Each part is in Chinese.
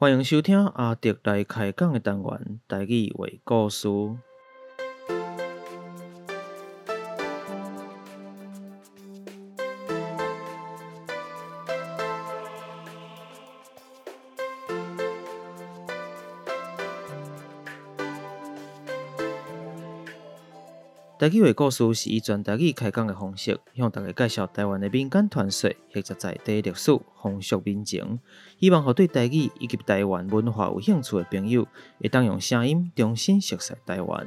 欢迎收听阿迪来开讲的单元台语话故事。台语话故事是以全台语开讲的方式，向大家介绍台湾的民间传说或者在地历史、风俗民情，希望和对台语以及台湾文化有兴趣的朋友，会当用声音重新熟悉台湾。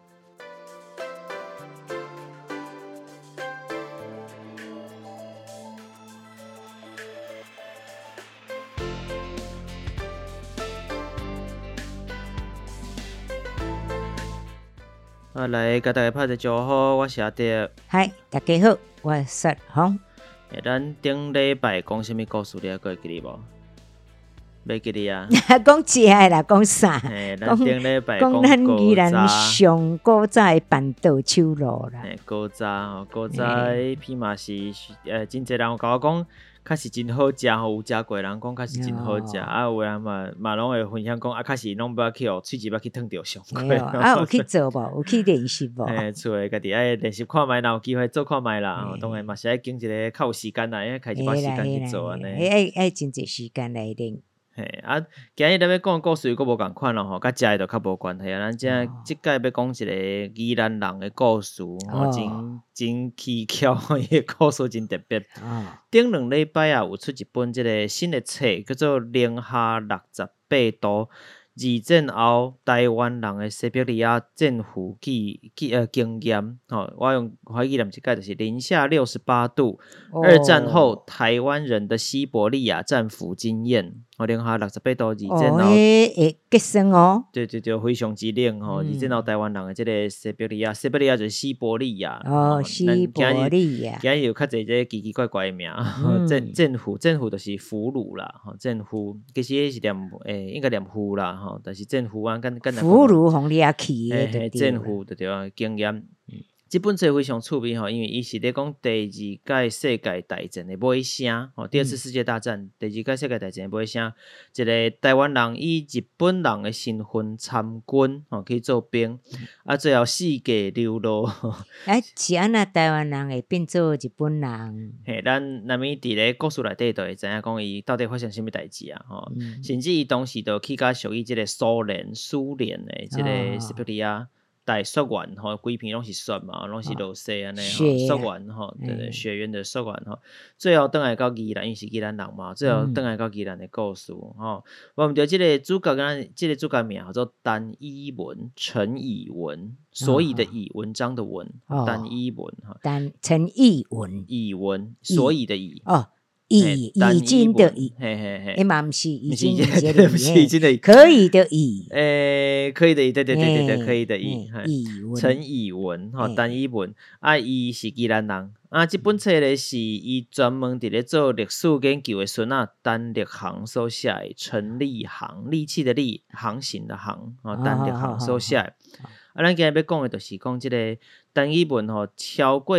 来，甲大家拍一个招呼，我是阿迪。 嗨，大家好，我是雪红。 咱顶礼拜讲什么故事？你还记得无？袂记得啊？ 讲食的啦，讲啥？ 咱顶礼拜讲咱宜兰上古早的板豆手路啦。 古早迄片嘛是真侪人有甲我讲，确实真好食，有食过人讲确实真好食。有人嘛拢会分享讲，确实拢要去喙齿要去烫着上过。 有去做无？有去练习无？ 厝诶，家己爱练习看觅，若有机会做看觅啦。当然嘛是爱经一个较有时间啦，因为开一把时间去做安尼。 爱真侪时间来练。 今日咱要讲的故事又无共款咯吼，甲食诶就较无关系啊。咱即届要讲一个宜兰人诶故事，真蹊跷，伊诶故事真特别。顶2礼拜啊，有出一本即个新诶册，叫做《零下68度》。二战后台湾人的西伯利亚战俘经验，我用华语念一解就是零下68度。二战后台湾人的西伯利亚战俘经验，零下68度。二战后会结霜哦。 对，非常之冷吼。二战后台湾人的这个西伯利亚就是西伯利亚。 西伯利亚。 今日有较侪这奇奇怪怪的名，战俘就是俘虏啦，战俘其实是念应该念俘啦。但是政府啊，跟俘虏互掠去的， 政府对啊，经验。这本书非常趣味吼，因为伊是咧讲第二届世界大战的尾声，第二次世界大战第二届世界大战的尾声，一个台湾人以日本人的身份参军去做兵，最后世界流落。 是安那台湾人会变做日本人？ 咱若物伫咧故事内底就会知影讲伊到底发生什么代志啊？甚至伊当时就去甲属于即个苏联的即个西伯利亚大雪原规片拢是雪嘛，拢是落雪安尼雪原对雪原的雪原最后倒来到宜兰，因是宜兰人嘛，最后倒来到宜兰的故事我们着即个主角名叫做单依文，陈以文，所以的以，文章的文，单依文陈以文， 以文，所以的以以经的以，嘛不是以经的以，可以的以， 可以的以，对，可以的以，陈以文单依文伊是宜兰人这本册咧是伊专门伫咧做历史研究的孙仔单立行所写的，陈立行，利器的利，航行的航单立行所写的。咱今日要讲的就是讲即个单依文超过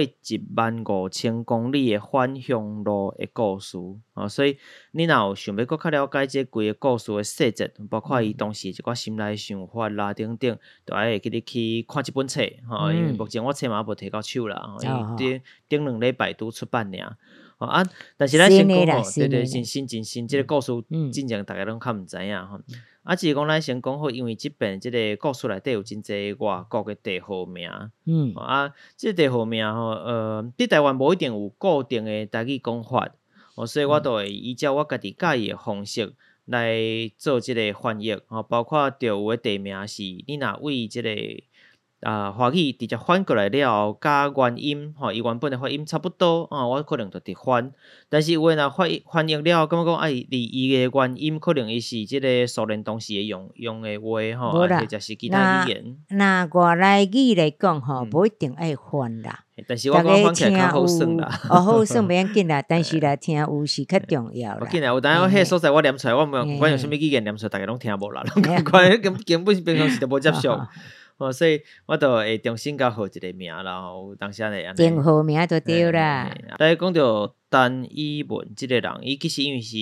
15000公里的返乡路的故事所以你若有想要搁较了解这规个故事的细节，包括伊当时一寡心内想法啦等等，就爱记得去看这本册因为目前我册嘛无摕到手啦，因为顶2礼拜拄出版尔但是咱先讲对真新，这个故事真正大家拢较毋知影只是讲咱先讲好，因为即边即个故事内底有真侪外国的地号名即个地号名伫台湾无一定有固定的台语讲法所以我都会依照我家己介意的方式来做即个翻译包括着有的地名是你若为即个华语直接翻过来了后，甲原音伊原本的发音差不多我可能就直翻。但是有诶若翻译了后，感觉讲伊诶原音可能伊是即个苏联当时诶用诶话或者是其他语言。 那外来语来讲无一定爱翻啦。 但是我讲翻起来较好算啦。 好算袂要紧啦，但是来听有是较重要啦。 紧啦，有当我迄所在我念出来，我管用什么语言念出来，大家拢听无啦，根本平常时都无接受。所以我就会重新甲号一个名，然后当时安尼。 定号名就对啦。 大家讲到陈以文即个人，伊其实因为是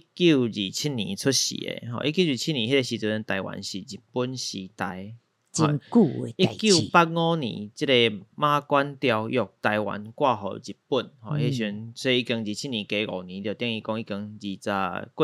1927年出世诶，1927年迄个时阵台湾是日本时代。 真久诶代志。 1985年，即个马关条约台湾挂互日本，迄阵所以已经27年加5年，就等于讲已经过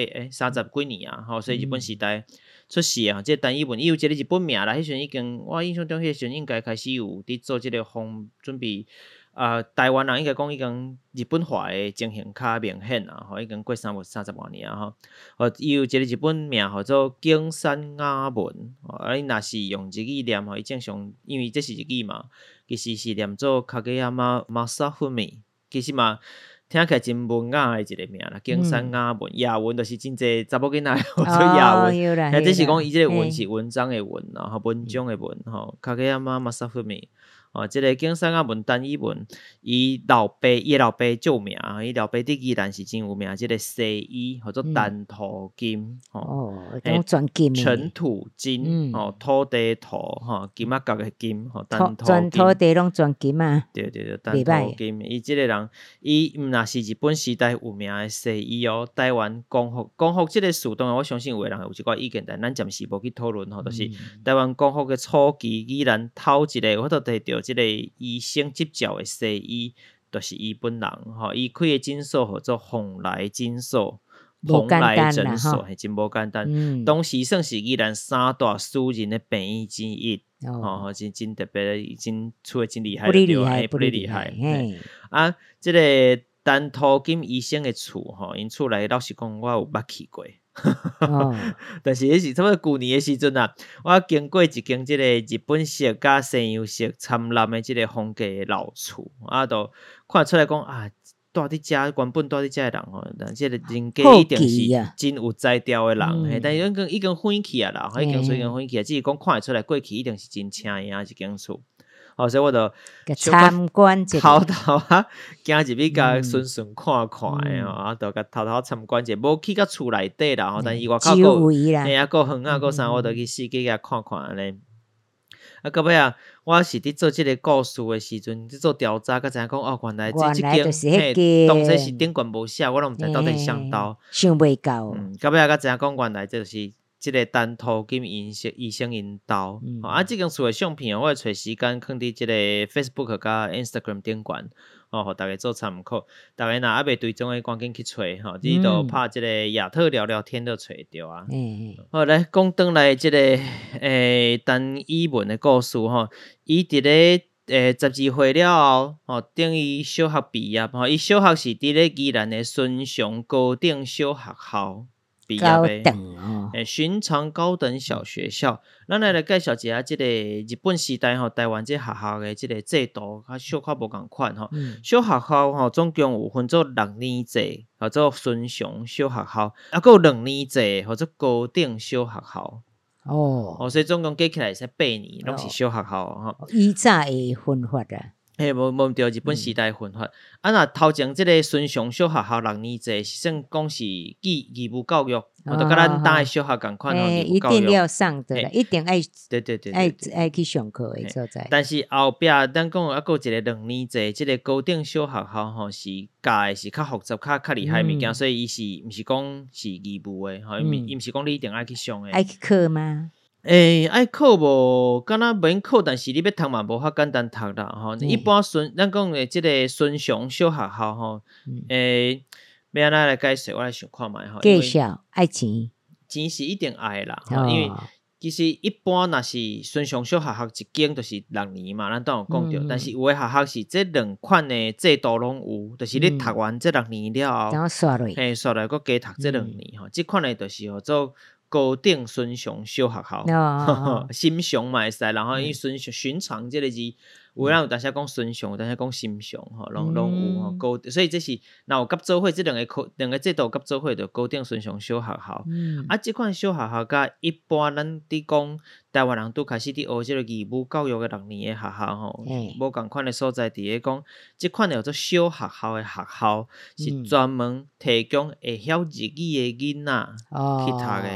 2830几年啊，所以日本时代出世啊，即个陈以文伊有一个日本名啦，迄阵已经我印象中迄阵应该开始有伫做即个准备。台湾人应该讲已经日本化的情形较明显啊，已经过30多年啊，伊有一个日本名叫做景山雅文，你若是用日语念伊正常，因为这是日语嘛，其实是念做卡吉亚马萨夫米，其实嘛听起来真文雅的一个名啦，景山雅文，雅文就是真济查某囡仔做雅文，这是讲伊这个文是文章的文，然后文章的文，卡吉亚马萨夫米。即个景山雅文陈以文，伊老爸就有名，伊老爸伫宜兰是真有名，即个西医叫做陈土金， 种专金尘土金，土地土，金角的金， 全土地拢专金啊。 对，陈土金，伊即个人，伊毋若是日本时代有名的西医台湾光复即个事，当然我相信有的人有一寡意见，但咱暂时无去讨论就是台湾光复的初期，宜兰头一个我都摕到。即个医生执照的西医，就是伊本人伊开的诊所叫做蓬莱诊所，蓬莱诊所系真无简单。当时算是宜兰3大私人的病院之一，真特别，真出的真厉害，不厉害。即个陈土金医生的厝因厝内老实讲，我有捌去过。但是迄是差不多旧年的时阵啊，我经过一间即个日本式加西洋式掺染的即个风格的老厝，就看出来讲住伫遮原本住伫遮的人但即个人家一定是真有才调的人，但是已经废弃啊啦，已经废弃啊，只是讲看会出来过去一定是真请样一间厝。所以我就参观者偷行入去甲顺看看就甲偷参观者，无去到厝内底啦，但是外口个远个啥，我就去四界甲看看安尼。到尾我是伫做即个故事的时阵，伫做调查，甲知影讲原来即间当时是顶悬无写，我拢毋知到底是啥刀， 想袂到。 到尾甲知影讲原来就是。即个陈土金医生因兜，即间厝的相片我会找时间放伫即个 Facebook 甲 Instagram 顶悬，互大家做参考。大家若还未追踪的，赶紧去找你都拍即个亚特聊聊天就找着啊。好，来讲转来即个陈以文的故事伊伫咧12岁了后等于小学毕业伊小学是伫咧宜兰的顺祥高等小学校。 高等寻常高等小学校，咱来介绍一下即个日本时代台湾这学校的即个制度，小可无共款小学校总共有分做6年制，叫做顺祥小学校，还有2年制，叫做高等小学校。所以总共加起来是8年，拢是小学校以早的分法啊。 无对日本时代分法。若头前即个顺祥小学校6年制是算讲是义务教育，就甲咱当的小学共款一定要上的，一定爱对爱去上课的所在。 但是后壁咱讲还有一个2年制，即个高等小学校是教的是较复杂、较厉害物件，所以伊是毋是讲是义务的伊毋是讲你一定爱去上的。 爱去考吗？ 爱考无，敢若免考，但是你要读嘛，无遐简单读啦一般咱讲的即个顺祥小学校要安怎来解释？我来想看觅介绍爱钱是一定爱啦因为其实一般若是顺祥小学校一间就是6年嘛，咱都有讲着，但是有的学校是这2款的制度拢有，就是你读完这6年了后， 刷落来搁加读这2年这款的就是叫做。高等顺祥小学校，心祥嘛会使，然后因为寻常这个字，有人有当时讲顺祥，有当时讲心祥，拢有高，所以这是若有甲做伙，这两个制度甲做伙就高等顺祥小学校。这款小学校甲一般咱伫讲台湾人拄开始伫学这个义务教育的6年的学校无共款的所在，伫咧讲这款叫做小学校的学校，是专门提供会晓日语的囡仔去读的。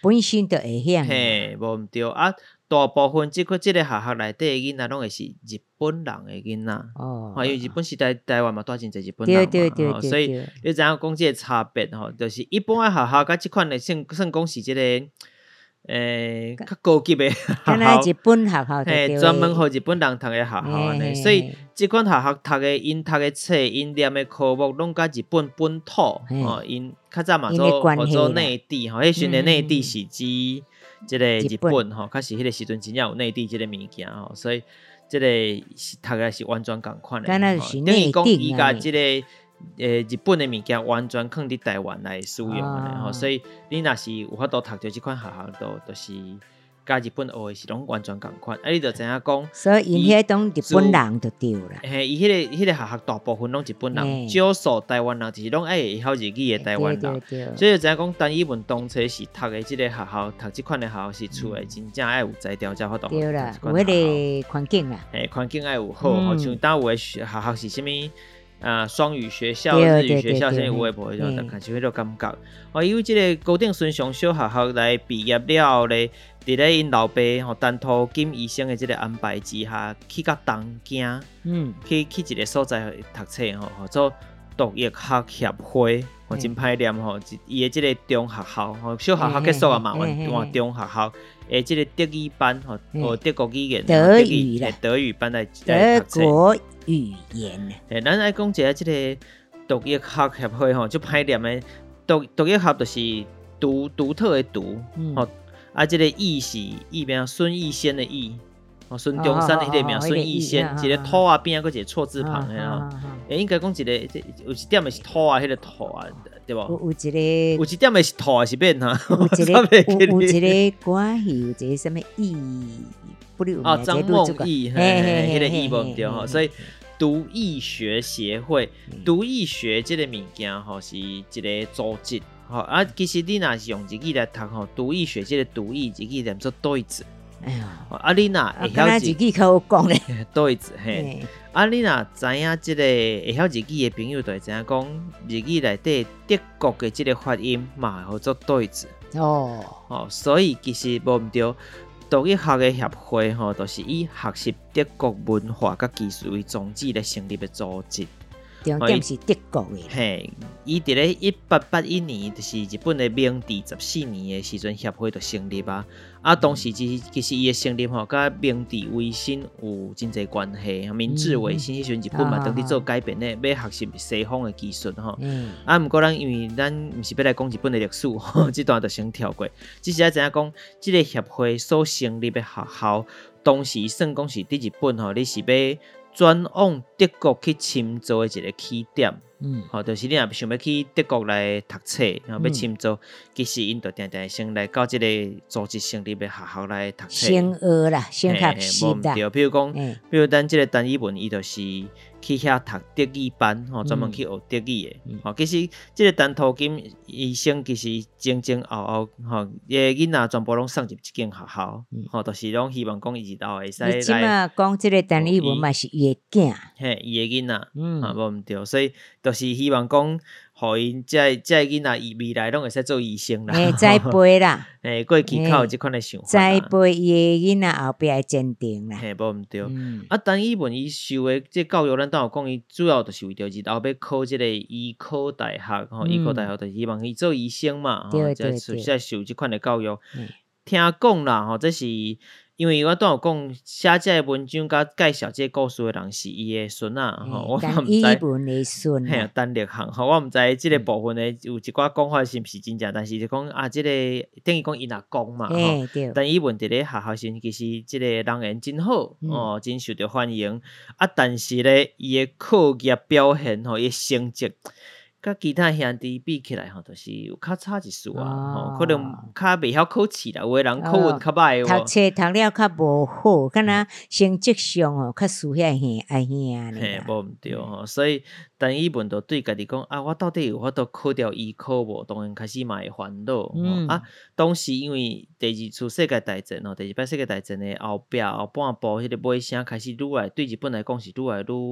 本身就会晓。 嘿，无毋对啊。大部分即个学校内底诶囡仔拢会是日本人诶囡仔，因为日本时代台湾嘛带真侪日本人嘛，所以你知影讲即个差别吼，就是一般诶学校甲即款诶算讲是即个较高级诶学校， 日本学校嘿，专门互日本人读诶学校安尼，所以即款学校读诶因读诶册、因念诶科目拢甲日本本土因较早嘛做内地吼，迄时阵诶内地是指即个日本吼，较是迄个时阵真正有内地即个物件吼，所以即个是读诶是完全共款诶，等于讲伊甲即个日本诶物件完全放伫台湾来使用诶吼，所以你若是有法度读着即款学校，就是甲日本学诶是拢完全共款，你就知影讲， 所以因迄种日本人就对啦。 嘿，伊迄个学校大部分拢日本人，少数台湾人就是拢爱会晓日语诶台湾人，所以就知影讲单语文当初是读诶即个学校，读即款诶学校是厝诶真正爱有才调才法度。 对啦，有迄个环境啦。 嘿，环境爱有好，像当有诶学校是啥物？双语学校、日语学校，啥物有诶无诶，就看像迄个感觉。因为即个高等顺祥小学校来毕业了后咧，伫咧因老爸陈土金医生诶即个安排之下，去到东京，去一个所在读册吼，做独译学协会，真歹念吼，伊诶即个中学校小学校结束啊嘛，换中学校诶即个德语班吼，学德国语言，德语班来读册。 德国语言。 咱爱讲一下即个独译学协会吼，就歹念诶。独译学就是独特诶独，即个义是义边孙逸仙诶义，孙中山迄个名孙逸仙，一个土啊边个一个错字旁诶吼，应该讲一个有一点诶是土啊，迄个土啊，对无？有一点诶是土啊，是变哈？ 有一个歌戏，有一个什么义，不是张梦义，迄个义无对吼，所以。读译学协会，读译学这个物件吼是一个组织，其实你若是用日语来读吼，读译学这个读译日语念做对子。哎呀，你若会晓日语较好讲咧， 对子嘿。你若知影这个会晓日语的朋友，就会知影讲日语内底德国的这个发音嘛，会做对子。所以其实无毋对。独译学的协会吼，就是以学习德国文化甲技术为宗旨咧成立的组织。 重点是德国的。 嘿，伊伫咧1881年，就是日本的明治14年的时阵，协会就成立啊。当时其实伊的成立吼，甲明治维新有真侪关系。明治维新迄时阵，日本嘛当伫做改变咧，要学习西方的技术吼。毋过因为咱毋是要来讲日本的历史，这段就先跳过。只是要知影讲，即个协会所成立的学校，当时算讲是伫日本吼，你是要转往德国去深造的一个起点，就是你若想要去德国来读册，然后要深造，其实因就定定先来到这个组织成立的学校来读册， 先学啦，先学习啦。 对，比如讲，比如咱这个单语文，伊就是去遐读德语班，专门去学德语的。其实这个陈土金医生其实前后，伊的囡仔全部拢送入这间学校，就是拢希望讲伊日后会使来。 即嘛讲这个单语文嘛是伊的囝， 嘿，伊的囡仔，无毋对，所以就是希望讲，互因这囡仔伊未来拢会使做医生啦， 栽培啦， 过去较有即款的想法， 栽培伊的囡仔后壁会坚定啦， 嘿，无毋对。单语文伊受的这教育，咱当有讲，伊主要就是为着日后要考这个医科大学，医科大学就希望伊做医生嘛，在受即款的教育。听讲啦，这是因为我当有讲写这个文章甲介绍这个故事的人是伊的孙仔，我嘛毋知。 单语文的孙， 嘿，单立行，我毋知即个部分的有一寡讲法是毋是真正，但是就讲即个等于讲因阿公嘛，单语文伫咧学校时，其实即个人缘真好，真受到欢迎。但是咧，伊的课业表现伊的成绩。甲其他兄弟比起来就是有较差一丝啊，可能较袂晓考试啦，有的人考运较歹读册读了较无好，敢若成绩上较输遐兄嘿，无毋对所以单语文就对家己讲我到底有法度考掉医科无？当然开始嘛会烦恼当时因为第二次世界大战第二摆世界大战的后半部迄个尾声开始愈来对日本来讲是愈来愈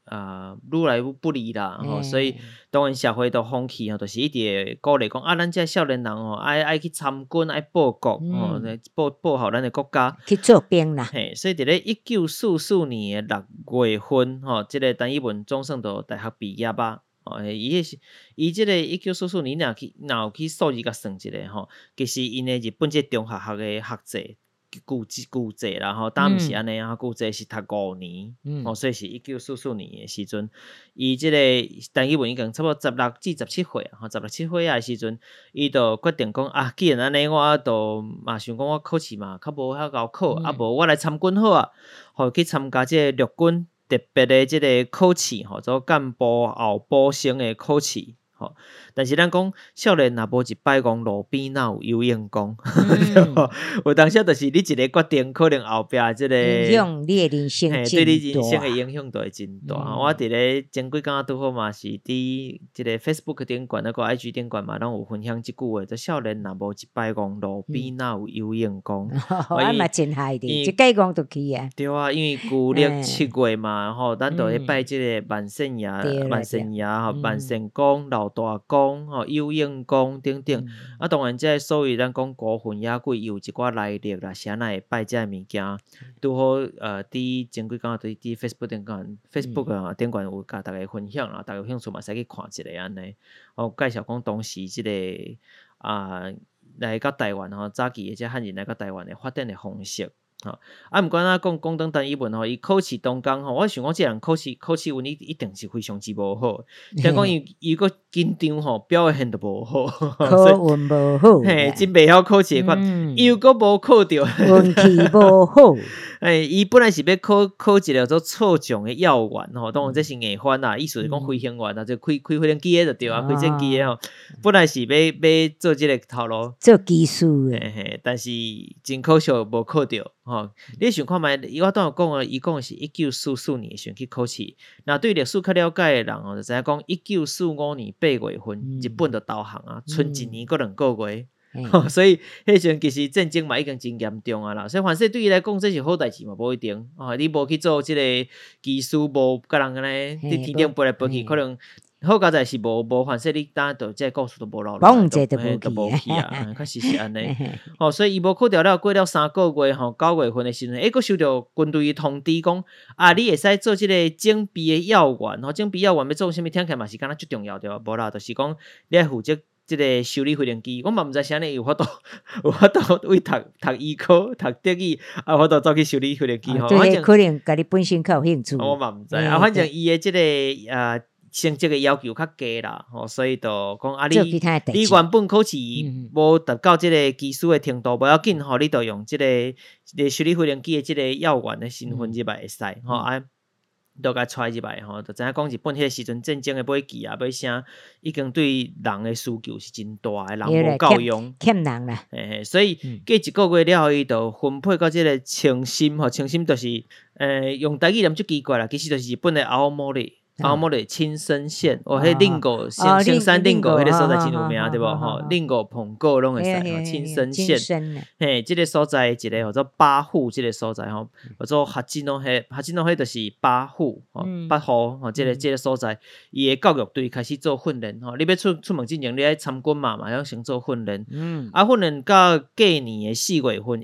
愈来愈不利啦，所以当然社会的风气就是一直会鼓励讲咱这少年人爱去参军，爱报国保护咱的国家， 去做兵啦。 所以伫咧1944年的6月份，这个陈以文总算到大学毕业啊。伊这个1944年若有去数字甲算一下其实因的日本这中学校的学制旧制啦当然毋是安尼旧制是读5年所以是1944年的时阵伊这个陈以文已经差不多16至17岁16、17岁的时阵伊就决定讲既然安尼我就嘛想讲我考试嘛较无遐够考无我来参军好啊去参加这个陆军特别的这个考试做干部后补升的考试但是咱讲少年若无一摆讲路边哪有游泳功有当时就是你一个决定可能后壁这个影响你的人生对你人生的影响就会真大我伫咧前几工拄好嘛是伫这个 Facebook 顶管那个 IG 顶管嘛拢有分享即句话少年若无一摆讲路边哪有游泳功我嘛真害的一摆讲就去啊对啊因为旧历7月嘛咱就会拜这个万圣爷万圣公老大公有影公等等当然这所谓咱讲孤魂野鬼有一寡来历啦啥哪会拜这物件拄好伫前几工伫 Facebook 顶管 Facebook 顶管有甲大家分享啦大家有兴趣嘛使去看一下安尼介绍讲当时这个来到台湾早期的这汉人来到台湾的发展的方式毋管讲当陈以文伊考试当工我想讲这人考试运一定是非常之无好听讲伊个紧张表现都无好考运无好真袂晓考试款伊又个无考着运气无好伊本来是要考一个做错奖的要员当然这是硬翻啦意思是讲飞行员就开飞行机的就对开战机的本来是要做这个头路做技术的但是真可惜无考着你想看卖我当有讲伊讲的是1944年选去考试那对历史较了解的人就知影讲1945年8月份日本就投降剩一年搁2个月所以迄阵其实战争嘛已经真严重啦所以凡是对伊来讲这是好代志嘛无一定你无去做这个技术无甲人安尼你天顶飞来飞去可能好佳在是无反正你当就这故事都无留绑者都无去啊确实是安尼所以伊无考掉了过了3个月9月份的时阵佫收到军队通知讲你会使做这个整备的要员整备要员要做啥物听起来嘛是敢若最重要对吧无啦就是讲你要负责这个修理飞行机我嘛毋知啥呢有法度为读医科读德语有法度走去修理飞行机反正可能家己本身较有兴趣我嘛毋知反正伊的这个成绩的要求较低啦所以就讲你原本考试无达到这个技术的程度无要紧你就用这个修理飞行机的这个要员的身份入来会使都甲揣入来就知影讲日本迄个时阵战争的买机买啥已经对人的需求是真大的人无够用欠人啦所以过1个月了后伊就分配到这个青心青心就是用台语念就奇怪啦其实就是日本的青森青森青森县迄令狗新山令狗迄个所在真有名对无令狗捧狗拢会使青森县这个所在一个叫做八户这个所在叫做哈基诺迄就是八户这个所在伊的教育队开始做训练你要出门之前你爱参军嘛要先做训练训练到隔年的4月份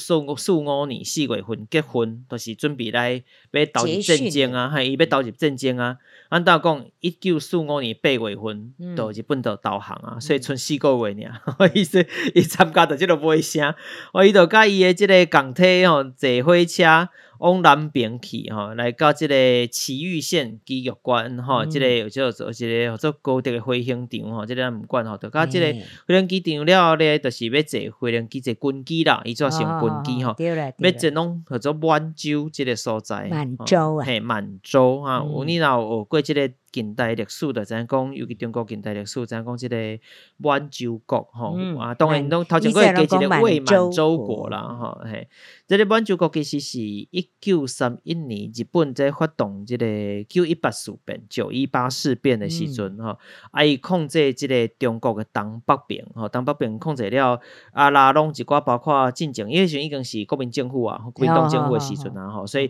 1945年4月份结婚就是准备来要投入战争伊要投入战争按照讲1945年8月份就日本就投降所以剩4个月尔意思伊参加到这个买啥伊就甲伊的这个港铁坐火车往南边去来到这个埼玉县基玉关这个有叫做高铁的飞行场这个咱毋管就到这个飞行机场了后咧就是要坐飞行机坐军机啦伊做成军机要坐拢叫做满洲这个所在满洲满洲有你若有学过这个近代历史就知影讲尤其中国近代历史知影讲这个满洲国当然拢头前过会记一个伪满洲国啦这个满洲国其实是1931年日本在发动这个918事变918事变的时阵伊控制这个中国的东北边东北边控制了拉拢一寡包括进前因为时阵已经是国民政府国民党政府的时阵所以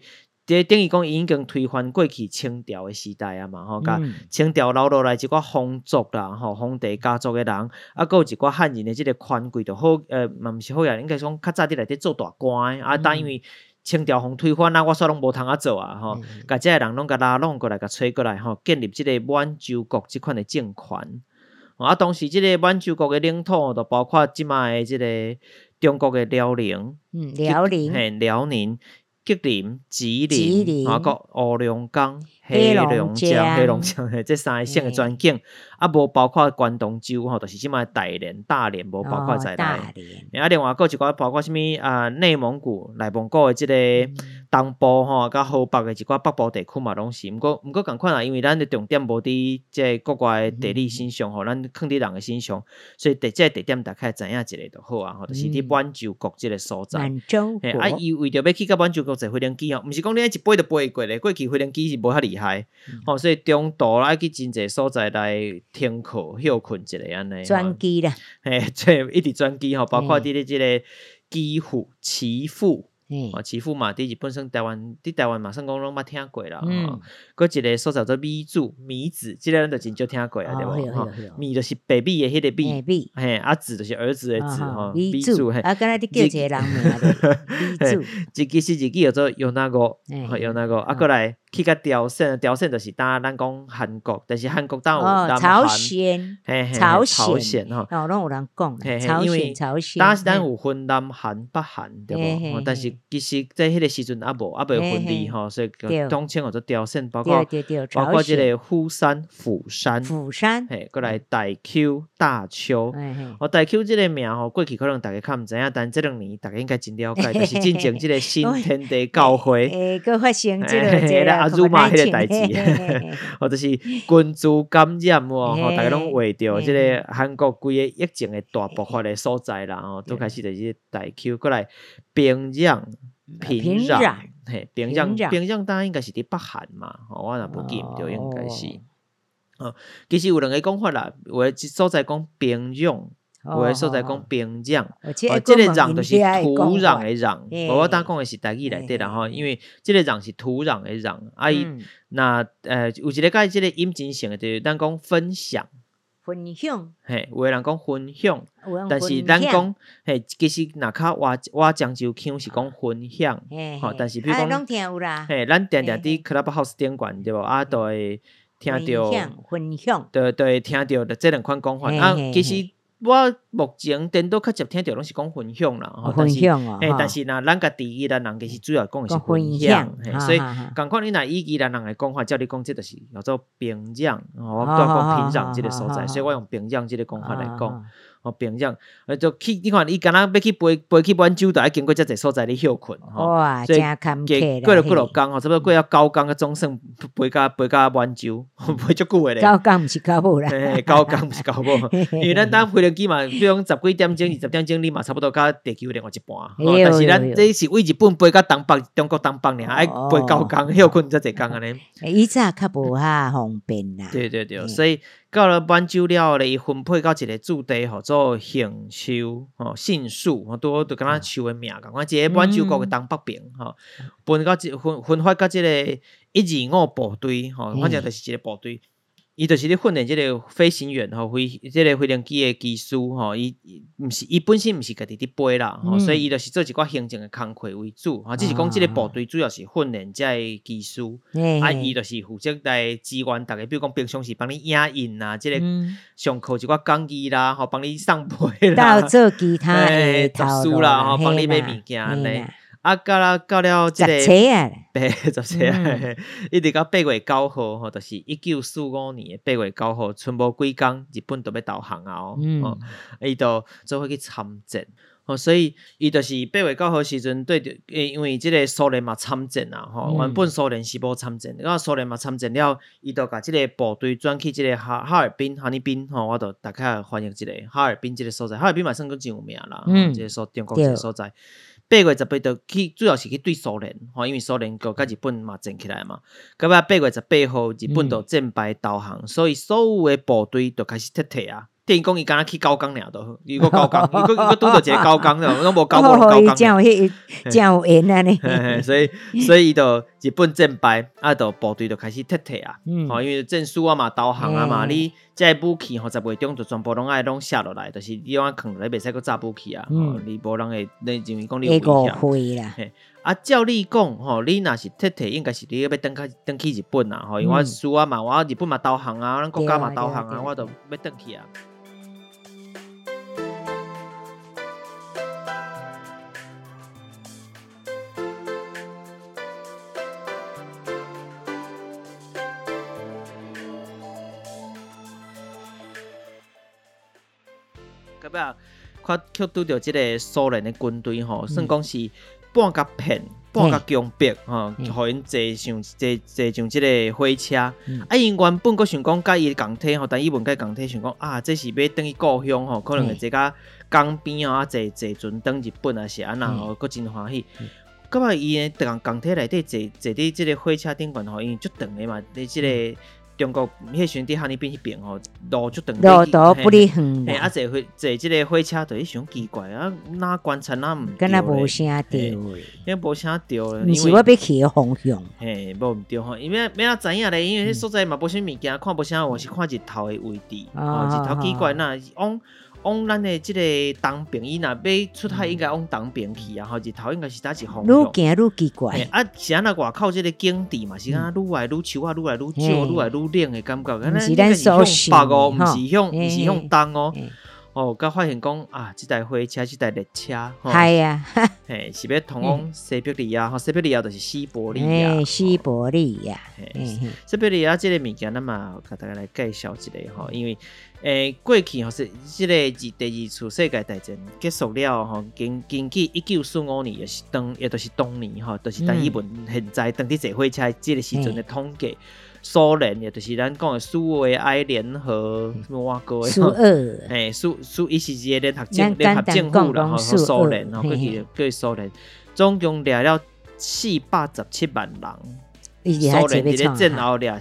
这等于讲已经推翻过去清朝的时代啊嘛，甲清朝留落来一寡皇族啦，皇帝家族的人，啊，还有一寡汉人的这个权贵就好，嘛毋是好呀，应该讲较早伫内底做大官的，但因为清朝互推翻啊，我煞拢无通做啊，甲这个人拢甲拉拢过来，甲吹过来，建立这个满洲国这款的政权。当时这个满洲国的领土就包括即卖的这个中国的辽宁，辽宁。吉林、吉林，个乌龙岗、黑龙江，这三个省的全境，无包括关东州就是即卖大连、无包括在内。另外还有一寡包括什么内蒙古、内蒙古的这个东部甲河北的一寡北部地区嘛，拢是。毋过共款啦，因为咱的重点无伫这国外的地理形象咱放伫人的形象，所以这地点大概知影一下就好啊。就是伫满洲国这个所在。 满洲国。 伊为着要去到满洲国坐飞行机毋是讲你一飞就飞过咧，过去飞行机是无遐厉害，所以中途来去真济所在来停靠休困一下安尼。 转机啦， 这一直转机包括伫咧即个基辅、岐阜。岐阜嘛，伫日本算台湾，伫台湾嘛算讲拢捌听过啦。搁一个所在做米子，即个咱就真少听过啊，对无？米就是白米的迄个米，子就是儿子的子米子。 啊，敢若你叫一个人名米子。 其实字叫做用那个，过来去甲朝鲜就是咱讲韩国，但是韩国当有南韩、 朝鲜，拢有人讲朝鲜。 当时咱有分南韩、北韩，对无？但是其实在迄个时阵未分离所以统称叫做朝鲜，包括即个釜山、釜山，过来大 Q、大邱。大 Q 即个名过去可能大家较毋知影，但这2年大家应该真了解，就是进前即个新天地教会， 佮发生即个阿祖玛迄个代志，就是群组感染大家拢为着即个韩国规个疫情的大爆发的所在啦，都开始就是大 Q 过来平壤。平壤当然应该是伫北韩嘛，我若无记毋对，应该是。其实有2个讲法啦，有的所在讲平壤，有的所在讲平壤。这个壤就是土壤的壤，我当讲的是台语内底啦因为这个壤是土壤的壤，那有一个甲这个音真像的，就是咱讲分享。有的人讲分享，但是咱讲其实若较我漳州腔是讲分享，但是比如讲，咱定伫 Clubhouse 顶悬对无都会听到分享， 对听到这2款讲法其实。我目前颠倒较接听到拢是讲分享啦，但是若咱家己宜兰人其实主要讲的是分享，所以共款你若以宜兰人的讲法，照你讲，这就是叫做平壤，我拄讲平壤这个所在，所以我用平壤这个讲法来讲。平壤，就去你看，伊敢若要去飞去满洲，就要经过遮济所在咧休困， 哇，真坎坷啦！过了几落工差不多过了9工，总算飞到满洲，飞足久诶咧。 9工毋是到尾啦 ，9工毋是到尾，因为咱搭飞行机嘛，比如讲10几点钟、20点钟，你嘛差不多甲地球另外一半。但是咱这是为日本飞到中国东北尔，爱飞9工休困遮济工安尼。 以前较无遐方便啦。 对，所以。到了满洲了后咧，伊分配到一个驻地做杏树杏树，都敢若树的名共款。一个满洲国的东北边分发到即个125部队反正就是一个部队。伊就是咧训练即个飞行员即个飞行机的技师伊本身毋是家己伫飞啦所以伊就是做一寡行政的工课为主只是讲即个部队主要是训练遮个技师伊就是负责来支援大家，比如讲平常时帮你影印啊，即个上课一寡讲义啦帮你送批啦， 到做其他的读书啦帮你买物件安尼。到了即个10册一直到8月9号就是1945年8月9号，剩无几工，日本就要投降啊伊就做伙去参战所以伊就是8月9号时阵对着因为即个苏联嘛参战啊原本苏联是无参战，苏联嘛参战了，伊就甲即个部队转去即个哈尔滨我就大概翻译即个哈尔滨即个所在，哈尔滨嘛算个真有名啦即个中国即个所在。8月18就去，主要是去对苏联因为苏联甲日本嘛战起来嘛。到尾8月18号，日本就战败投降，所以所有的部队就开始撤退啊。等于讲伊敢若去9工尔都，伊个9工，伊个拄到一个9工了，拢无9工9工。 真有缘安尼。 所以伊就日本战败，就部队就开始撤退啊。因为战术啊嘛，导航啊嘛，你这武器10月中就全部拢下落来，就是你往放落来，袂使搁炸武器啊。你无人会，你认为讲你有危险。照你讲，你若是撤退，应该是你要转去日本啊。因为我输啊嘛，我日本嘛导航啊，咱国家嘛导航啊，我就要转去啊。看拄到即个苏联的军队算讲是半甲骗，半甲强迫互因坐上即个火车。因原本佫想讲甲伊共体但伊问甲共体想讲这是要转去故乡可能会坐甲江边坐船转日本是安那佫真欢喜。葛伊呢共体内底坐伫即个火车顶悬因为足长的嘛，你即个。中国迄时伫哈尔滨迄边路足长， 路不离远。 坐即个火车就想奇怪哪观察哪毋对， 敢若无啥对， 因无啥对， 毋是我要去的方向。 无毋对因为要知影咧，因为迄所在嘛无啥物件，看无啥，我是看日头的位置，日头奇怪往咱的即个东边，伊若要出海，应该往东边去啊！日头应该是打一方向。 愈行愈奇怪。 是安那外口即个景致嘛，是安愈来愈树愈来愈少，愈来愈冷的感觉。 毋是咱所想北毋是向东甲发现讲即台火车，即台列车， 系啊， 是要通往西伯利亚，西伯利亚就是西伯利亚， 西伯利亚， 西伯利亚即个物件，咱嘛甲大家来介绍一下因为过去是即个第二次世界大战结束了经过1945年也就是当年就是但伊文现在当伫坐火车即个时阵的统计。苏联也就是咱讲的苏维埃联合什么哇个苏俄， 伊是一个联合政府啦，和苏联，佮苏联，总共掠了417万人。苏联伫咧战后掠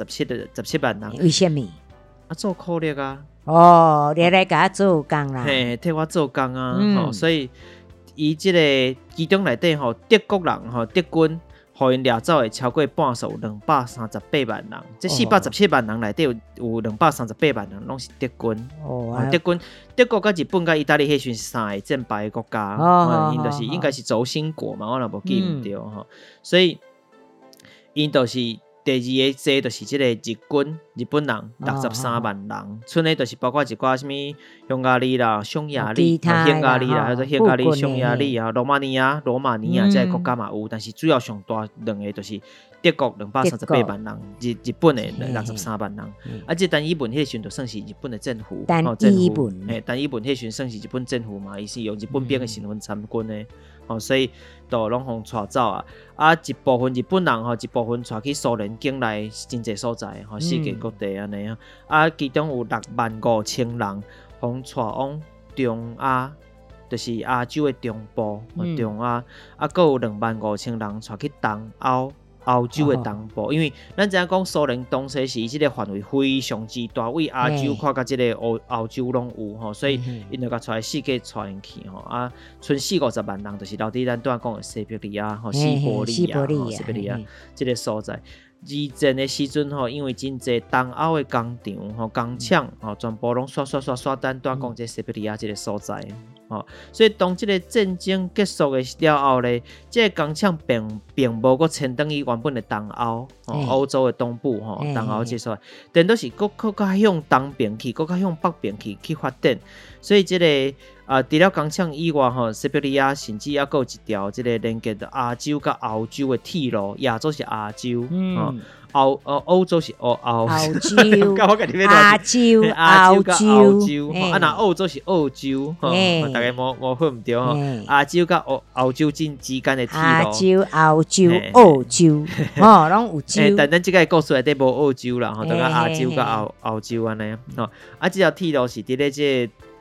417万人。 为什么？ 做苦力啊！ 你来甲我做工啦？ 替我做工啊！所以伊即个其中内底德国人德军。互因掠走的超过半数，238万人。这417万人内底有238万人拢是德军。德国甲日本甲意大利迄时是3个战败的国家，因就是应该是轴心国嘛，我若无记毋对所以因就是第二个这就是即个日本人63万人，剩的就是包括一寡什么匈牙利啦、匈牙利啦，还有匈牙利、匈牙利罗马尼亚这个国家嘛有，但是主要上大两个就是德国238万人，日本的63万人。这单一本迄时就算是日本的政府，单一本迄时算是日本政府嘛，伊是用日本兵的身份参军的。所以都拢互带走一部分日本人一部分带去苏联境内真侪所在世界各地安尼其中有65000人互带往中亚，就是亚洲的中部中亚佫有25000人带去东欧洲的东部，因为咱知影讲苏联当时是即个范围非常之大，为亚洲看到即个欧洲拢有所以因就甲带世界带因去剩450万人，就是留伫咱拄仔讲的西伯利亚西伯利亚即个所在。二战的时阵因为真侪东欧的工厂工厂全部拢刷单拄仔讲即西伯利亚即个所在所以当即个战争结束的了后咧，即个工厂并无搁迁登于原本的东欧欧洲的东部东欧即所，但都是搁较向东边去，搁较向北边去发展。所以即个除了工厂以外西伯利亚甚至还有一条即个连接亚洲甲欧洲的铁路，亚洲是亚洲欧洲是欧洲， 亚洲那欧洲是澳洲，大概无分唔对亚洲甲欧洲之间的铁路， 亚洲、欧洲、澳洲，拢有洲。 但咱即个故事内底无澳洲啦，大概亚洲甲欧洲安尼。这条铁路是伫咧即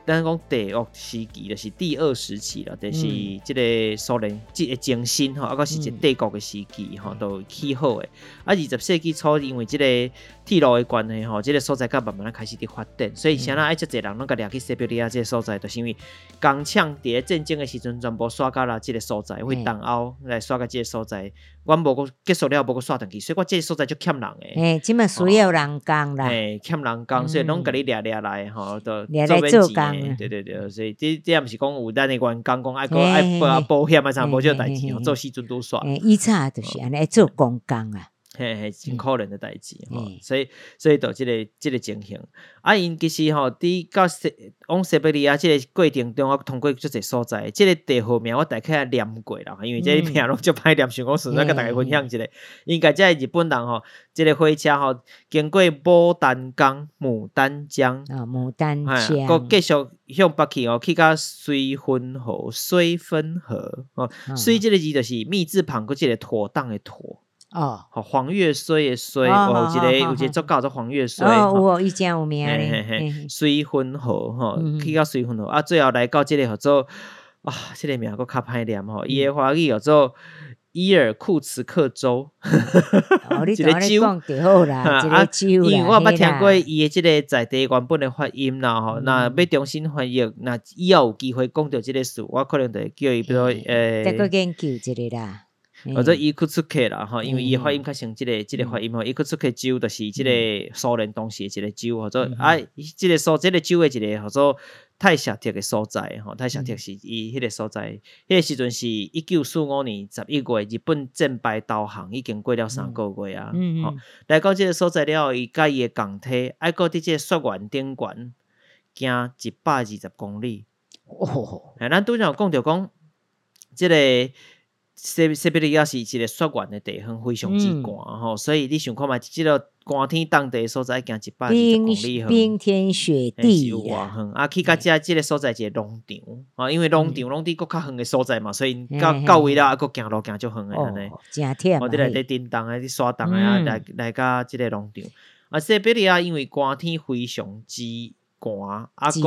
咱讲地狱时期就是第2时期啦，就是即个苏联即个精神吼，啊个是一个帝国的时期吼，都起好诶。啊，20世纪初因为即个铁路的关系吼，即个所在甲慢慢开始伫发展，所以啥啦爱遮侪人拢甲掠去西伯利亚即个所在，就是因为工厂伫咧战争的时阵全部刷到啦即个所在，为东欧来刷到即个所在，阮无个结束了无个刷转去，所以我即个所在就欠人诶。 即嘛需要人工啦， 欠人工，所以拢甲你掠来吼，都做工。 对，所以这也毋是讲有咱的员工讲爱保险啊啥无这代志吼，做时阵都刷。 以前就是安尼做公工啊。 真可怜的代志吼，所以就即个情形。啊，因其实吼，伫到往西伯利亚即个过程中，我通过足侪所在，即个地号名我大概念过啦，因为即个名拢足歹念，想讲顺便甲大家分享一下。应该即个日本人吼，即个火车吼，经过牡丹江、牡丹江， 牡丹江， 佮继续向北去哦，去到水分河哦，水即个字就是密字旁佮即个妥当的妥。黄月水的水，有一个作家做黄月水， 有以前有名咧，水分河吼，去到水分河啊，最后来到这个叫做这个名佫较歹念吼，伊的华语叫做伊尔库茨克州， 一个州就好啦，一个州啦。 因为我捌听过伊的这个在地原本的发音啦吼，那要重新翻译，那以后有机会讲到这个事，我可能就叫伊，比如再个研究这个啦。 或者伊库茨克啦吼，因为伊发音较像即个发音吼，伊库茨克州就是即个苏联当时的一个州，或者即个州的一个叫做泰夏特的所在吼，泰夏特是伊迄个所在，迄个时阵是1945年11月，日本战败投降已经过了3个月啊，吼，来到即个所在了后，伊甲伊的港体爱到伫即个雪原顶悬行120公里，咱拄则有讲着讲即个。西伯利亚是一个雪原的地方，非常之寒吼，所以你想看嘛，即个寒天当地的所在行120公里远， 冰天雪地有偌远啊！去到即个所在一个农场因为农场拢伫搁较远的所在嘛，所以到位了搁行路行足远的安尼， 真忝。 伫内底叮当伫刷动来到即个农场啊，西伯利亚因为寒天非常之寒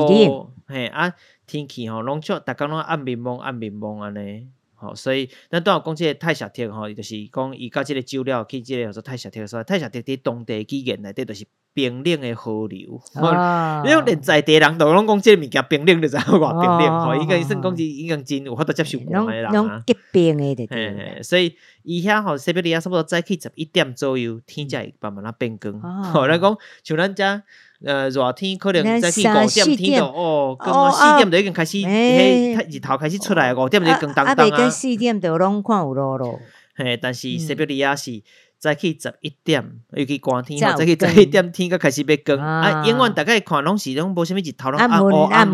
天气吼拢逐工拢暗暝蒙安尼。所以咱当然讲即个泰夏特吼，就是讲伊甲即个州了去即个叫做泰夏特所在，泰夏特伫当地语言内底就是冰冷的河流。你讲连在地人都拢讲即个物件冰冷，就知影偌冰冷吼。伊个算讲是已经真有法度接受寒的人啊。 拢结冰的就对。 所以伊遐吼西伯利亚差不多早起11点左右，天才会慢慢变光。咱讲像咱遮。热天可能早起5点天就光4点就已经开始，日头开始出来，5点就光当当啊。 跟4点就拢看有路咯。 但是西伯利亚是早起11点，尤其寒天早起11点天才开始要光永远大概看拢是拢无啥物日头拢暗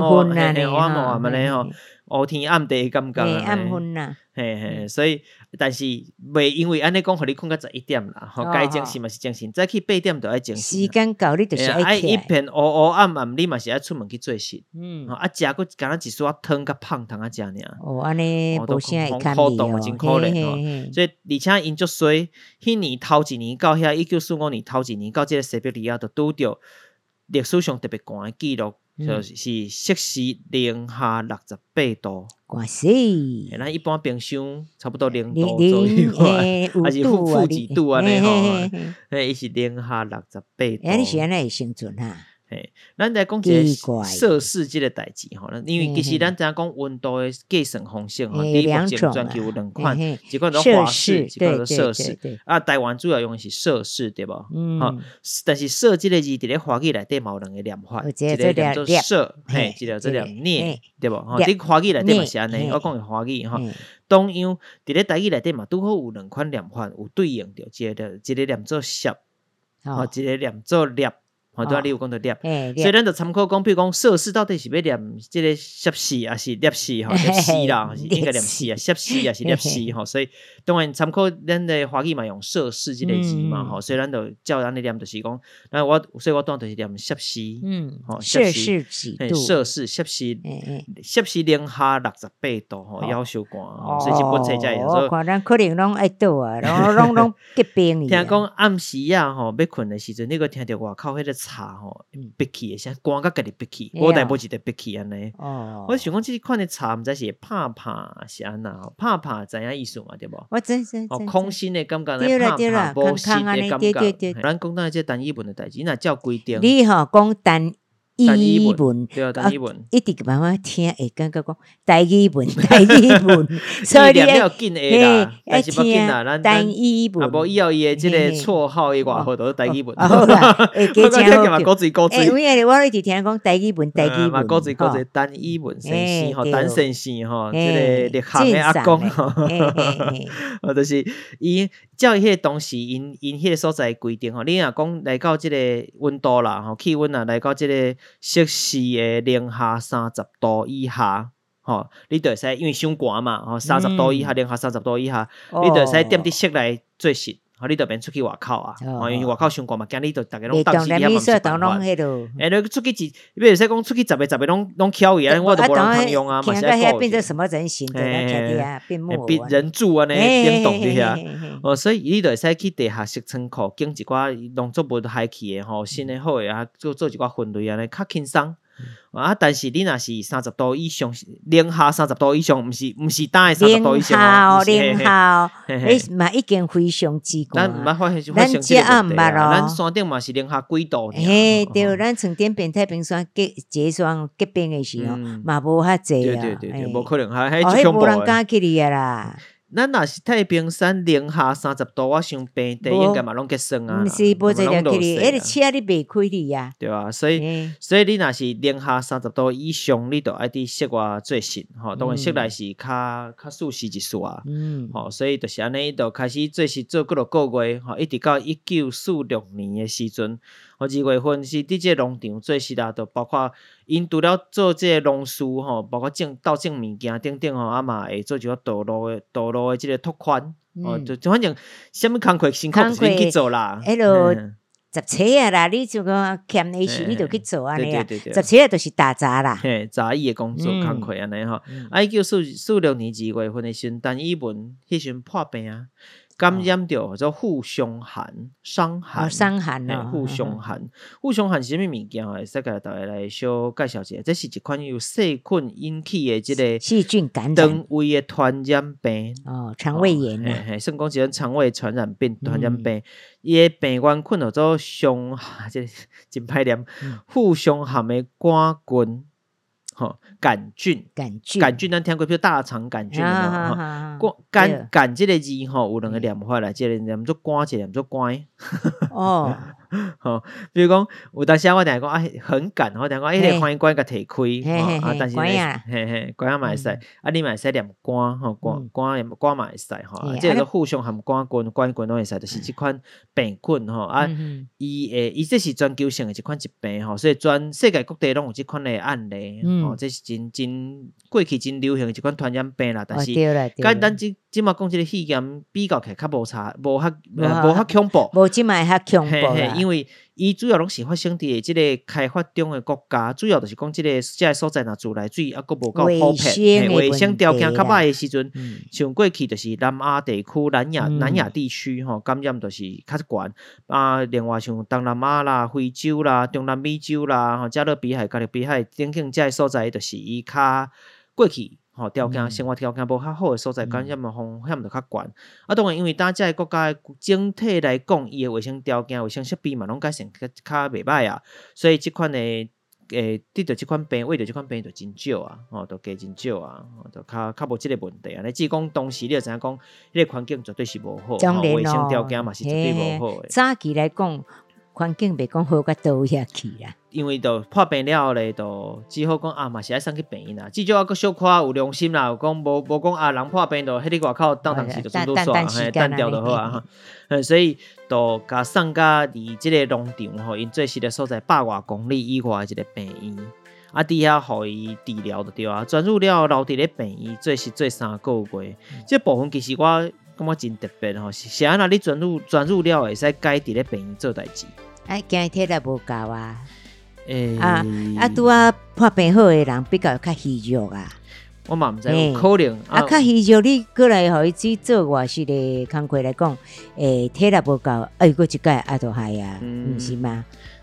咧吼，乌天暗地的感觉暗昏啦。 所以但是袂因为安尼讲，互你困到11点啦，该精神嘛是精神，早起8点就爱精神。 时间到你就是爱起来。 一片乌暗，你嘛是爱出门去做事。食佫敢若一撮汤甲胖汤啊食尔。 安尼无啥会堪哩真可怜所以而且因足衰，迄年头一年到遐1945年头一年到即个西伯利亚，就拄着历史上特别寒的记录。就是摄氏零下68度， 寒死！ 咱一般冰箱差不多0度左右，还是负几度安尼吼？伊是零下68度。 你是安尼会生存哈？ 咱来讲一个摄氏即个代志吼，因为其实咱知影讲温度的计算方式吼，第一目前全球有2款，一款叫华氏，一款叫摄氏。台湾主要用的是摄氏，对无？但是摄即个字伫咧华语内底嘛有2个念法，一个念做摄，一个做念念，对无？伫华语内底嘛是安尼，我讲的华语吼，同样伫咧台语内底嘛拄好有2款念法有对应着，一个念做摄，一个念做列。你有讲到粒，所以咱就参考讲，比如讲摄氏到底是要念即个摄氏还是粒氏吼？粒氏啦，是应该念氏啊，摄氏还是粒氏吼？所以当然参考咱的华语嘛，用摄氏即个字嘛吼，所以咱就照咱的念就是讲，所以我当就是念摄氏， 摄氏几度？ 摄氏摄氏零下68度吼，夭寿寒，所以日本册才有。 我看咱可能拢爱倒啊，拢结冰。 听讲暗时啊吼，要困的时阵，你个听到外口迄个茶吼憋气诶，像肝甲家己憋气，无代无志的憋气安尼。我想讲即款的茶，毋知是拍是安那？拍知影意思嘛？对无？ 我知。 空心的感觉，拍无实的感觉。咱讲咱即单译文的代志，若照规定。 你讲单译文， 对啊，单译文一直慢慢听，会感觉讲台语文， 所以你要紧会啦，但是要紧啦，咱单译文， 啊，无以后伊的即个绰号伊外号都是台语文。 好啦， 我讲听嘛，古嘴。 因为我一直听讲台语文， 嘛古嘴单译文先生吼，单先生吼，即个立行的阿公吼，就是伊照伊迄个当时因迄个所在规定吼，你若讲来到即个温度啦吼，气温啊来到即个摄氏的零下30度以下，你就会使，因为伤寒嘛，30度以下，零下30度以下，你就会使踮伫室内做事，你就免出去外口啊，因为外口伤寒嘛，惊你就大家拢冻死，遐嘛是办法。你出去你袂使讲出去10个拢翘位啊，我都无人通用啊，嘛是要变成什么人形的，变木偶人柱安尼变动伫遐，所以你就会使去地下室仓库拣一寡农作物海气的新的好的啊，做一寡分类安尼较轻松。但是你若是30度以上，零下30度以上，毋是单的30度以上， 零下，你嘛已经非常之寒。 咱毋捌发现这个问题啊！咱山顶嘛是零下几度。 对，咱曾经边太平山结霜结冰的时候，嘛无遐济啊。 对，无可能，还恐怖无人敢去哩啊啦。 咱若是太平山零下30度，我想平地应该嘛拢结霜啊， 毋是无一条去哩，迄个车你袂开哩啊， 对啊，所以你若是零下30度以上，你就爱伫室外做事吼，当然室内是较舒适一丝啊，所以就是安尼，就开始做事做几落个月一直到1946年的时阵，2月份是伫即个农场做事啦，就包括因除了做即个农事包括倒种物件等等啊嘛会做一个道路的即个拓宽就反正什么工课辛苦就去做啦。 十车啊啦，你就讲欠的时你就去做安尼啊，十车就是打杂啦， 杂役的工作工课安尼吼。1946年2月份的时阵，单译文迄时阵破病啊。感染着叫互伤寒、伤寒、互伤寒。互伤寒是啥物物件？会使甲大家来小介绍一下。这是一款由细菌引起的即个细菌感染、 肠胃的传染病。 肠胃炎。 算讲一种肠胃传染病、传染病。伊的病原菌叫做伤，即真歹念，互伤寒的杆菌。杆菌，咱听过，比如大肠杆菌杆这个字有两个念法啦，这个念做杆，一个念做乖。比如讲，有当时我定讲很赶，我定讲迄个欢迎关甲摕开，但是关嘛会使，你嘛会使念关关嘛会使即个互相含关菌拢会使，就是即款病菌伊这是全球性的一款疾病所以全世界各地拢有即款的案例这是真过去真流行的一款传染病啦，但是甲咱即马讲即个肺炎比较起来较无差，无较恐怖， 无即马较恐怖啦。 因为伊主要拢是发生伫即个开发中的国家，主要就是讲即个所在若自来水还佫无够普遍，卫生条件较歹的时阵，像过去就是南亚地区、南亚地区感染就是较悬另外像东南亚啦、非洲啦、中南美洲啦、加勒比海、加勒比海等等这所在，就是伊较过去。条件生活条件无较好的所在，感染的风险就较悬。当然，因为咱这个国家整体来讲，伊的卫生条件、卫生设备嘛，拢改善较袂歹啊。所以即款的得到即款病，为着即款病就真少啊，就加真少啊，就较无即个问题啊。只讲当时你就知影讲，迄个环境绝对是无好，卫生条件嘛是绝对无好的。 早期来讲，环境袂讲好到倒遐去啦。 因为就破病了后咧，就只好讲嘛是爱送去病院啦。至少还佫小可有良心啦，有讲无讲人破病就迄个外口当时就拄煞，单调就好啊。所以就甲送甲离即个农场因做事的所在100多公里以外一个病院。伫遐互伊治疗就对啊。转入了留伫咧病院做事做3个月，这部分其实我感觉真特别是安那你转入了会使改伫咧病院做代志。 惊体力无够啊！拄破病好的人比较较虚弱啊。 我嘛毋知有可能较虚弱，你过来互伊去做外事的工课来讲，体力无够，佫一届就害啊，毋是吗？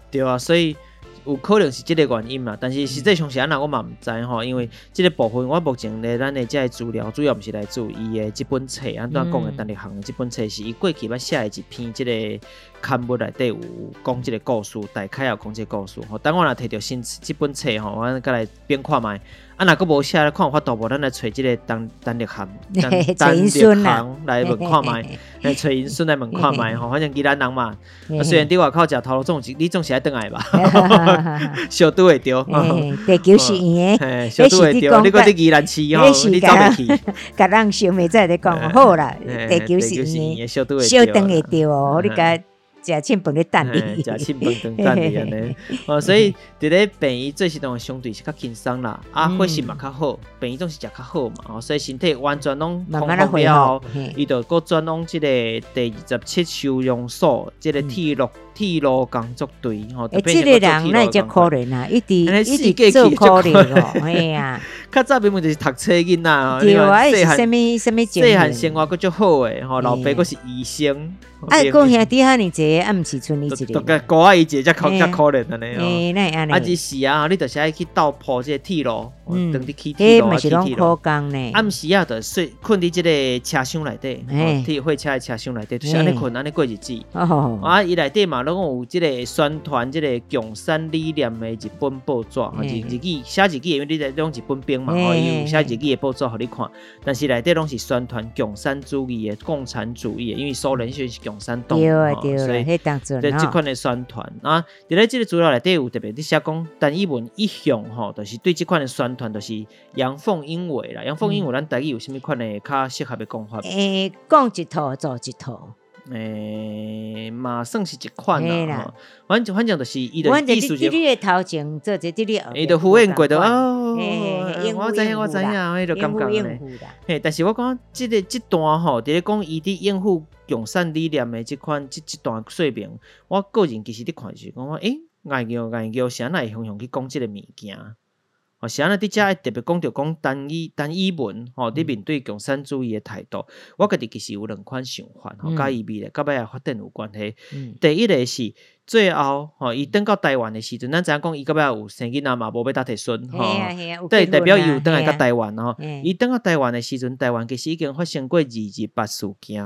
对啊，所以有可能是这个原因嘛，但是实际上是安那我嘛唔知吼，因为这个部分我目前咧咱的这个资料主要不是来自伊的这本册，安怎讲的单立行的这本册是伊过去捌写的一篇这个刊物内底有讲这个故事，大概也有讲这个故事吼。等我若摕到新这本册吼，我再来编看卖。啊，若佫无写咧，看有法度无？咱来找即个单立行来问看卖，来找因孙来问看卖吼。反正宜兰人嘛，虽然伫外口食头路，你总是爱倒来吧，小拄会着。 地球是圆的， 小拄会着。你搁伫宜兰市吼，你走袂去。 甲人想袂再咧讲好啦，地球是圆的，小顿会着哦，你甲。食凊饭咧等你， 食凊饭等你安尼。所以伫咧病院做时阵相对是较轻松啦，伙食嘛较好，病院总是食较好嘛，所以身体完全拢康复了后，伊就搁转往即个第27收容所，即个铁路工作队吼。 即个人那只可怜啊，一直做可怜哦，哎呀。 较早明明就是读册囡仔， 对啊，是什么细汉生活佫足好诶，吼，老爸佫是医生。 讲兄弟遐尼济，毋是剩伊一个。 都高啊，伊一个才可怜安尼哦。那安尼。 是啊，你就是爱去倒铺即个铁路，等你起铁路啊，起铁路。 暗时啊，就睡困伫即个车厢内底，火车的车厢内底，就是安尼困，安尼过日子。伊内底嘛，拢有即个宣传即个共产理念的一本报纸，日记写日记，因为你在拢一本兵嘛，伊有写日记的报纸互你看，但是内底拢是宣传共产主义的、共产主义的，因为苏联是共产党， 所以对这款的宣传啊，伫咧即个资料内底有特别伫写讲，单一文一向吼，就是对这款的宣传，就是阳奉阴违啦。阳奉阴违，咱台语有啥物款的较适合的讲法？ 讲一套做一套。 嘛算是一款啦，反正就是伊的意思就。 你的头前做这里后。 伊就敷衍过的哦。我知影，迄就感觉咧。但是我讲这段吼，伫咧讲伊伫应付共产理念的这段说明，我个人其实伫看就是讲，研究是安那会向去讲这个物件。是安尼，伫遮会特别讲着讲单一文吼，伫面对共产主义的态度，我家己其实有两款想法吼，甲伊未来甲尾仔发展有关系。第一个是最后吼，伊转到台湾的时阵，咱知影讲伊到尾有生囡仔嘛，无要搭摕孙吼，对，代表伊有转来到台湾吼。伊转到台湾的时阵，台湾其实已经发生过228事件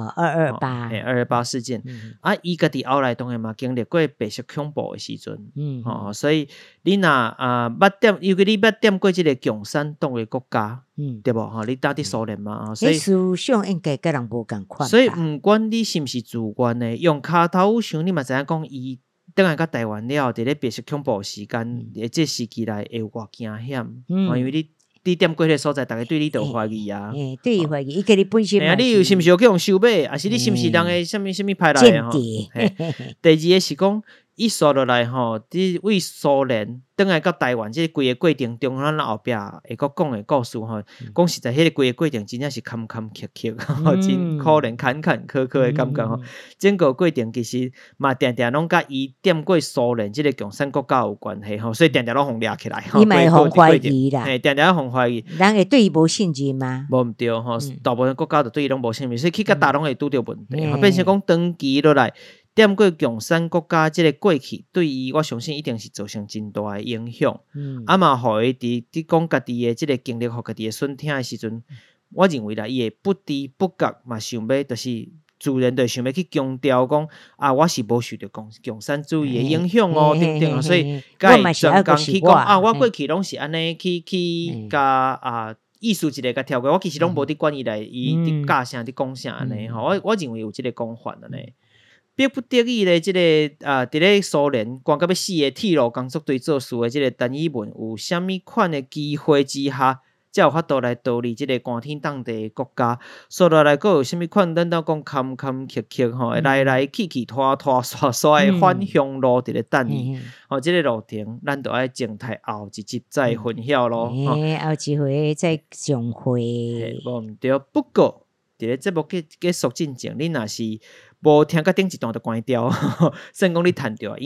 ，228事件。伊家己后来当然嘛经历过白色恐怖的时阵，所以你若捌点，尤其你捌点过即个共产党的国家，对无吼？你搭伫苏联嘛，所以思想应该甲人无共款。 所以毋管你是毋是自愿的，用骹头想，你嘛知影讲伊转来到台湾了，伫咧白色恐怖时间，这时期内会有偌惊险，因为你点过迄个所在，大家对你都有怀疑啊。 对伊怀疑，伊家己本身嘛。 你是毋是有去用收买，还是你是毋是人的什么派来的吼？第二个是讲。伊刷落来吼，伫为苏联转来到台湾，即个规个过程中，咱后壁会阁讲的故事吼，讲实在，迄个规个过程真正是坎坎坷坷，真可怜坎坎坷坷的感觉吼。整个过程其实嘛，定定拢甲伊点过苏联即个共产国家有关系吼，所以定定拢互掠起来。 伊嘛会互怀疑啦， 定定互怀疑。 人会对伊无信任吗？ 无毋对吼，大部分国家就对伊拢无信任，所以去甲大拢会拄着问题，变成讲长期落来。点过共产国家即个过去，对伊我相信一定是造成真大的影响。嘛，互伊伫讲家己的即个经历，互家己的孙听的时阵，我认为啦，伊会不知不觉嘛想要，就是自然就想要去强调讲我是无受着共产主义的影响哦，等等，所以甲伊专工去讲我过去拢是安尼去甲意思一个甲跳过，我其实拢无伫管伊来，伊伫教啥伫讲啥安尼吼，我认为有即个讲法安尼。迫不得已咧，即个伫咧苏联关到要死的铁路工作队做事的即个单一文，有啥物款的机会之下，才有法度来逃离即个寒天冻地的国家。说落来，佫有啥物款？咱讲坎坎坷坷吼，来去拖刷刷的返乡路伫咧等伊。即个路程，咱就爱静态后一集再分享咯。 后一回再相会。 无毋对，不过伫咧节目结束进前，你若是无听到顶一段就关掉，算讲你趁着，因为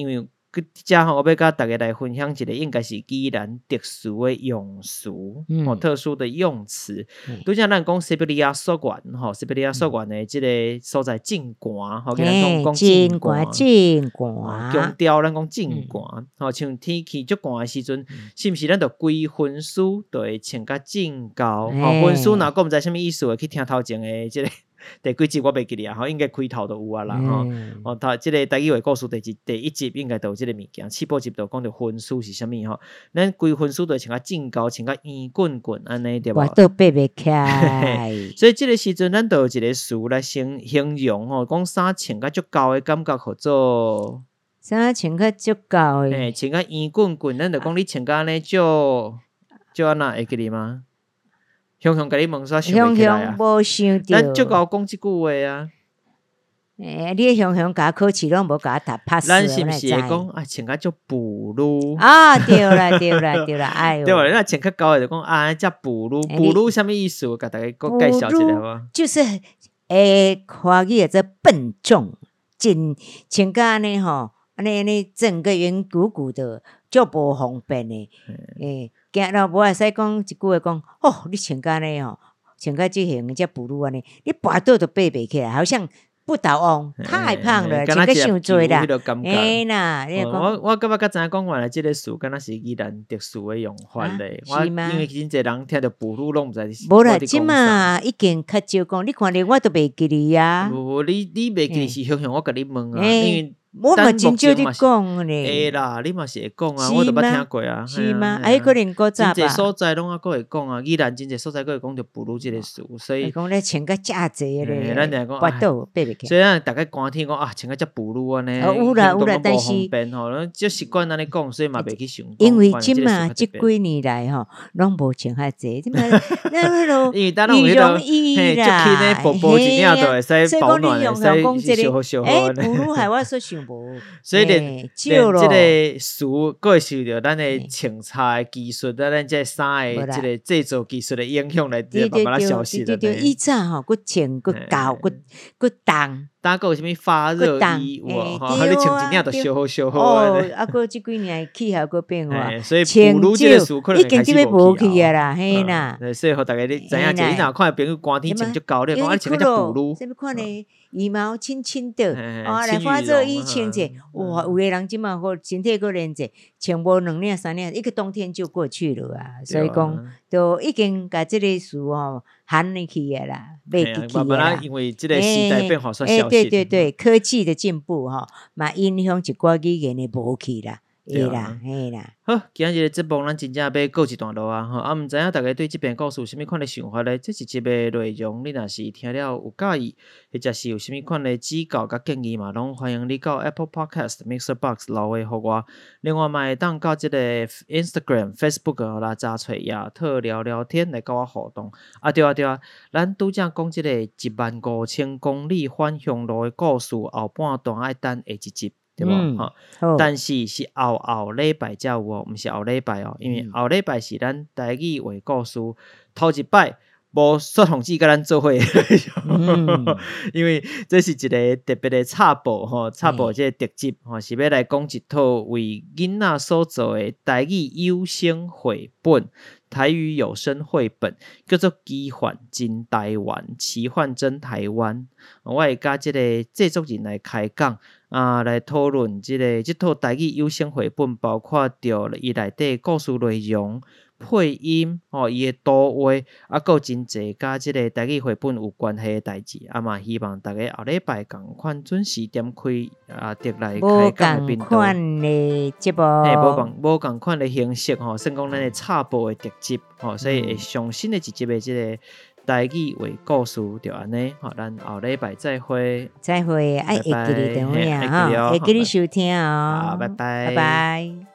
遮吼，我要甲大家来分享一个，应该是宜兰特殊的用词，特殊的用词。拄则咱讲西伯利亚索原吼，西伯利亚索原的即个所在真寒吼，咱讲真寒，强调咱讲真寒吼，像天气足寒的时阵，是毋是咱着规份书就会穿甲真厚？吼，份书若讲毋知啥物意思的，去听头前的即个。第几集我袂记哩啊，吼，应该开头就有啊啦，吼，他即个台语话故事第一集应该就有即个物件，起步集就讲着分数是啥物吼，咱规分数就穿甲真高，穿甲圆滚滚安尼对无？ 我都爬袂起来。 所以即个时阵，咱就有一个词来形容吼，讲衫穿甲足高的感觉，叫做衫穿甲足高的， 穿甲圆滚滚，咱就讲你穿甲安尼就安那会记哩吗？雄雄甲你问煞想袂起来啊！ 无想到， 咱足够讲即句话啊！ 你雄雄甲考试拢无甲读拍死， 咱是毋是会讲啊？穿甲足补噜啊！对啦，对啦，对啦，哎呦！ 对吧？那穿较高的就讲啊，遮补噜，补噜啥物意思？我甲大家介绍一下吧。 就是华语叫做笨重，真穿甲安尼吼，安尼整个圆鼓鼓的，足无方便的，行了无会使讲一句话讲，哦，你穿甲呢吼，穿甲即型遮补噜安尼，你跋倒都爬袂起来，好像不倒翁，太胖了，穿甲伤多啦，啦， 我感觉较知影讲原来即个词，敢若是宜兰特殊的用法咧。我因为真侪人听着补噜拢毋知。 无啦，即嘛已经较少讲，你看咧，我都袂记哩啊。 无，你袂记是向我甲你问啊，因为。 我嘛真少你讲咧， 会啦，你嘛是会讲啊，我都捌听过啊， 是吗？可能古早吧。 真侪所在拢还佫会讲啊，宜兰真侪所在佫会讲着补噜即个词，所以讲咧穿甲遮济咧， 咱定讲跋倒爬袂起。 所以咱大概寒天讲啊，穿甲遮补噜安尼， 有啦，但是吼，就习惯安尼讲，所以嘛袂去想。 因为即嘛即几年来吼，拢无穿遐济，即嘛咱迄落羽绒衣啦，薄薄一领就会使保暖，使烧烧好。 补噜害我所想无。 所以连即个词，佫会受着咱的穿插的技术，咱这衫的即个制作技术的影响来慢慢消失了。 对，以前吼，佫穿佫高佫重。 搭个有啥物发热衣，哇！你穿一领就烧好烧好。 哦，佫即几年气候佫变化， 所以补噜即个词可能开始无去啊啦，嘿啦。 所以互大家你知影者，你若看朋友寒天穿足高，你讲你穿个只补噜。 啥物看呢？羽毛轻轻的，来发热衣穿者，哇！有个人即嘛好身体佫练者，穿无2领3领，一个冬天就过去了啊。所以讲，就已经甲即个词吼含入去啊啦，袂记去啦。 因为即个时代变化所消失。 对，科技的进步吼，嘛影响一寡语言的无去啦。对啦，嘿啦。 好，今日的节目咱真正要告一段落啊！吼，毋知影大家对即篇故事有啥物款的想法咧？这一集的内容，你若是听了有介意，或者是有啥物款的指教甲建议嘛，拢欢迎你到 Apple Podcast、Mixer Box 留话互我。另外嘛，会当到即个 Instagram、Facebook 来查找亚特聊聊天来甲我互动。对啊，咱拄则讲即个15000公里返乡路的故事，后半段爱等下一集。对无？但是后礼拜才有哦，毋是后礼拜哦，因为后礼拜是咱台语话故事头一摆无说同志甲咱做伙，因为这是一个特别的插播吼，插播这个特辑吼，是要来讲一套为囡仔所做的台语有声绘本。台语有声绘本叫做《奇幻真台湾》，奇幻真台湾。我会甲即个制作人来开讲来讨论即套台语有声绘本，包括着伊内底故事内容、配音伊的图画，还真济甲即个台语绘本有关系的代志。嘛，希望大家后礼拜共款准时点开得来开讲的频道。无共款的节目， 无共款的形式算讲咱的插播的特辑所以会上新的一集的即个台语话故事就安尼咱后礼拜再会， 会记你电话会记你收听拜拜。